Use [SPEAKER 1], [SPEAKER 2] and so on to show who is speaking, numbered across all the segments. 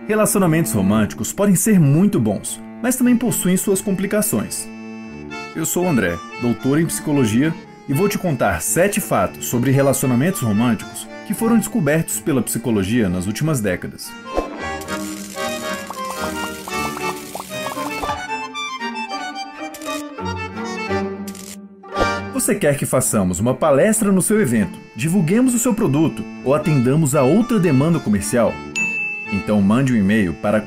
[SPEAKER 1] Relacionamentos românticos podem ser muito bons, mas também possuem suas complicações. Eu sou o André, doutor em psicologia, e vou te contar 7 fatos sobre relacionamentos românticos que foram descobertos pela psicologia nas últimas décadas. Você quer que façamos uma palestra no seu evento, divulguemos o seu produto ou atendamos a outra demanda comercial? Então mande um e-mail para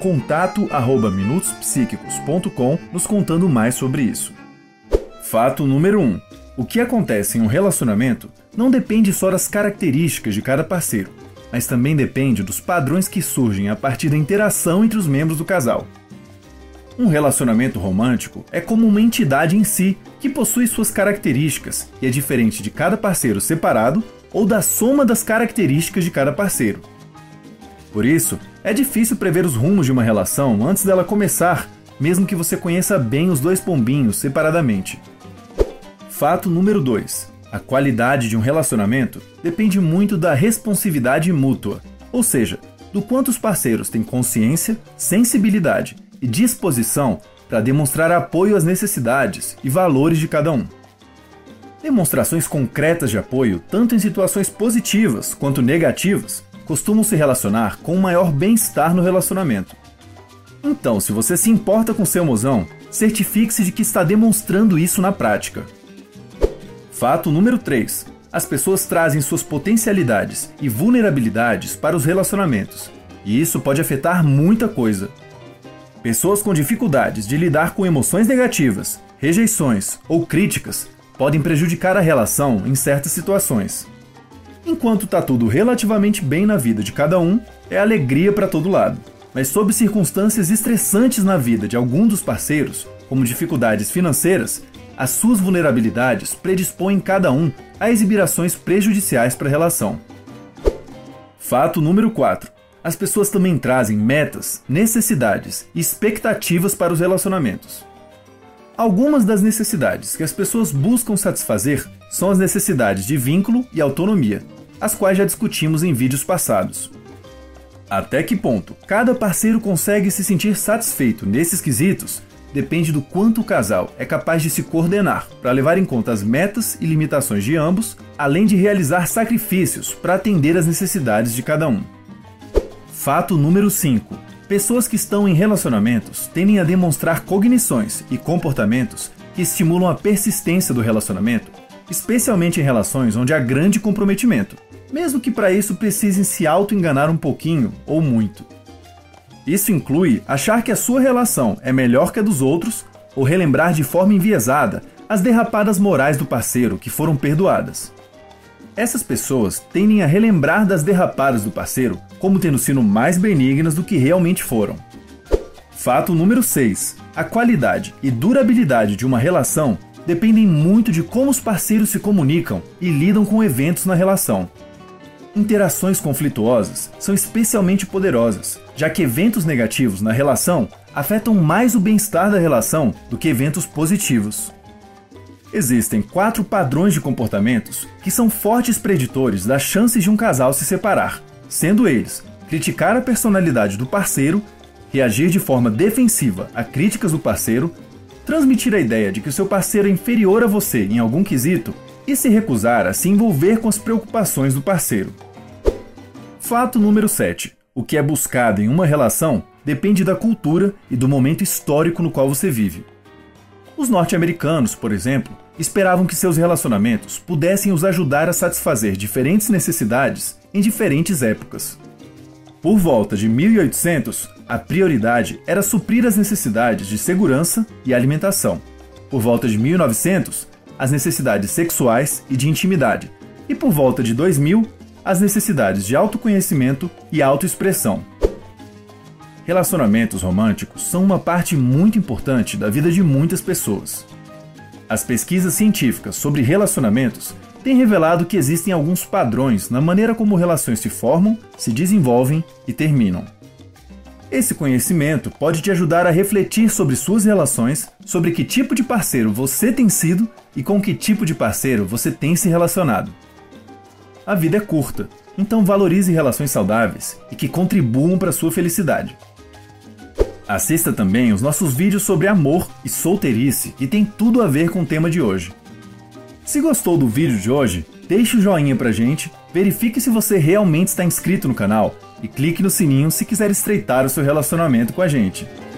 [SPEAKER 1] contato@minutosPsíquicos.com nos contando mais sobre isso. Fato número 1. O que acontece em um relacionamento não depende só das características de cada parceiro, mas também depende dos padrões que surgem a partir da interação entre os membros do casal. Um relacionamento romântico é como uma entidade em si que possui suas características e é diferente de cada parceiro separado ou da soma das características de cada parceiro. Por isso, é difícil prever os rumos de uma relação antes dela começar, mesmo que você conheça bem os dois pombinhos separadamente. Fato número 2. A qualidade de um relacionamento depende muito da responsividade mútua, ou seja, do quanto os parceiros têm consciência, sensibilidade e disposição para demonstrar apoio às necessidades e valores de cada um. Demonstrações concretas de apoio, tanto em situações positivas quanto negativas, costumam se relacionar com um maior bem-estar no relacionamento. Então, se você se importa com seu mozão, certifique-se de que está demonstrando isso na prática. Fato número 3. As pessoas trazem suas potencialidades e vulnerabilidades para os relacionamentos, e isso pode afetar muita coisa. Pessoas com dificuldades de lidar com emoções negativas, rejeições ou críticas podem prejudicar a relação em certas situações. Enquanto está tudo relativamente bem na vida de cada um, é alegria para todo lado. Mas sob circunstâncias estressantes na vida de algum dos parceiros, como dificuldades financeiras, as suas vulnerabilidades predispõem cada um a exibir ações prejudiciais para a relação. Fato número 4. As pessoas também trazem metas, necessidades e expectativas para os relacionamentos. Algumas das necessidades que as pessoas buscam satisfazer são as necessidades de vínculo e autonomia, as quais já discutimos em vídeos passados. Até que ponto cada parceiro consegue se sentir satisfeito nesses quesitos depende do quanto o casal é capaz de se coordenar para levar em conta as metas e limitações de ambos, além de realizar sacrifícios para atender às necessidades de cada um. Fato número 5. Pessoas que estão em relacionamentos tendem a demonstrar cognições e comportamentos que estimulam a persistência do relacionamento, especialmente em relações onde há grande comprometimento, mesmo que para isso precisem se auto-enganar um pouquinho ou muito. Isso inclui achar que a sua relação é melhor que a dos outros ou relembrar de forma enviesada as derrapadas morais do parceiro que foram perdoadas. Essas pessoas tendem a relembrar das derrapadas do parceiro como tendo sido mais benignas do que realmente foram. Fato número 6. A qualidade e durabilidade de uma relação dependem muito de como os parceiros se comunicam e lidam com eventos na relação. Interações conflituosas são especialmente poderosas, já que eventos negativos na relação afetam mais o bem-estar da relação do que eventos positivos. Existem 4 padrões de comportamentos que são fortes preditores das chances de um casal se separar, sendo eles: criticar a personalidade do parceiro, reagir de forma defensiva a críticas do parceiro, transmitir a ideia de que o seu parceiro é inferior a você em algum quesito e se recusar a se envolver com as preocupações do parceiro. Fato número 7. O que é buscado em uma relação depende da cultura e do momento histórico no qual você vive. Os norte-americanos, por exemplo, esperavam que seus relacionamentos pudessem os ajudar a satisfazer diferentes necessidades em diferentes épocas. Por volta de 1800, a prioridade era suprir as necessidades de segurança e alimentação. Por volta de 1900, as necessidades sexuais e de intimidade. E por volta de 2000, as necessidades de autoconhecimento e autoexpressão. Relacionamentos românticos são uma parte muito importante da vida de muitas pessoas. As pesquisas científicas sobre relacionamentos têm revelado que existem alguns padrões na maneira como relações se formam, se desenvolvem e terminam. Esse conhecimento pode te ajudar a refletir sobre suas relações, sobre que tipo de parceiro você tem sido e com que tipo de parceiro você tem se relacionado. A vida é curta, então valorize relações saudáveis e que contribuam para a sua felicidade. Assista também os nossos vídeos sobre amor e solteirice, que tem tudo a ver com o tema de hoje. Se gostou do vídeo de hoje, deixe o joinha pra gente, verifique se você realmente está inscrito no canal e clique no sininho se quiser estreitar o seu relacionamento com a gente.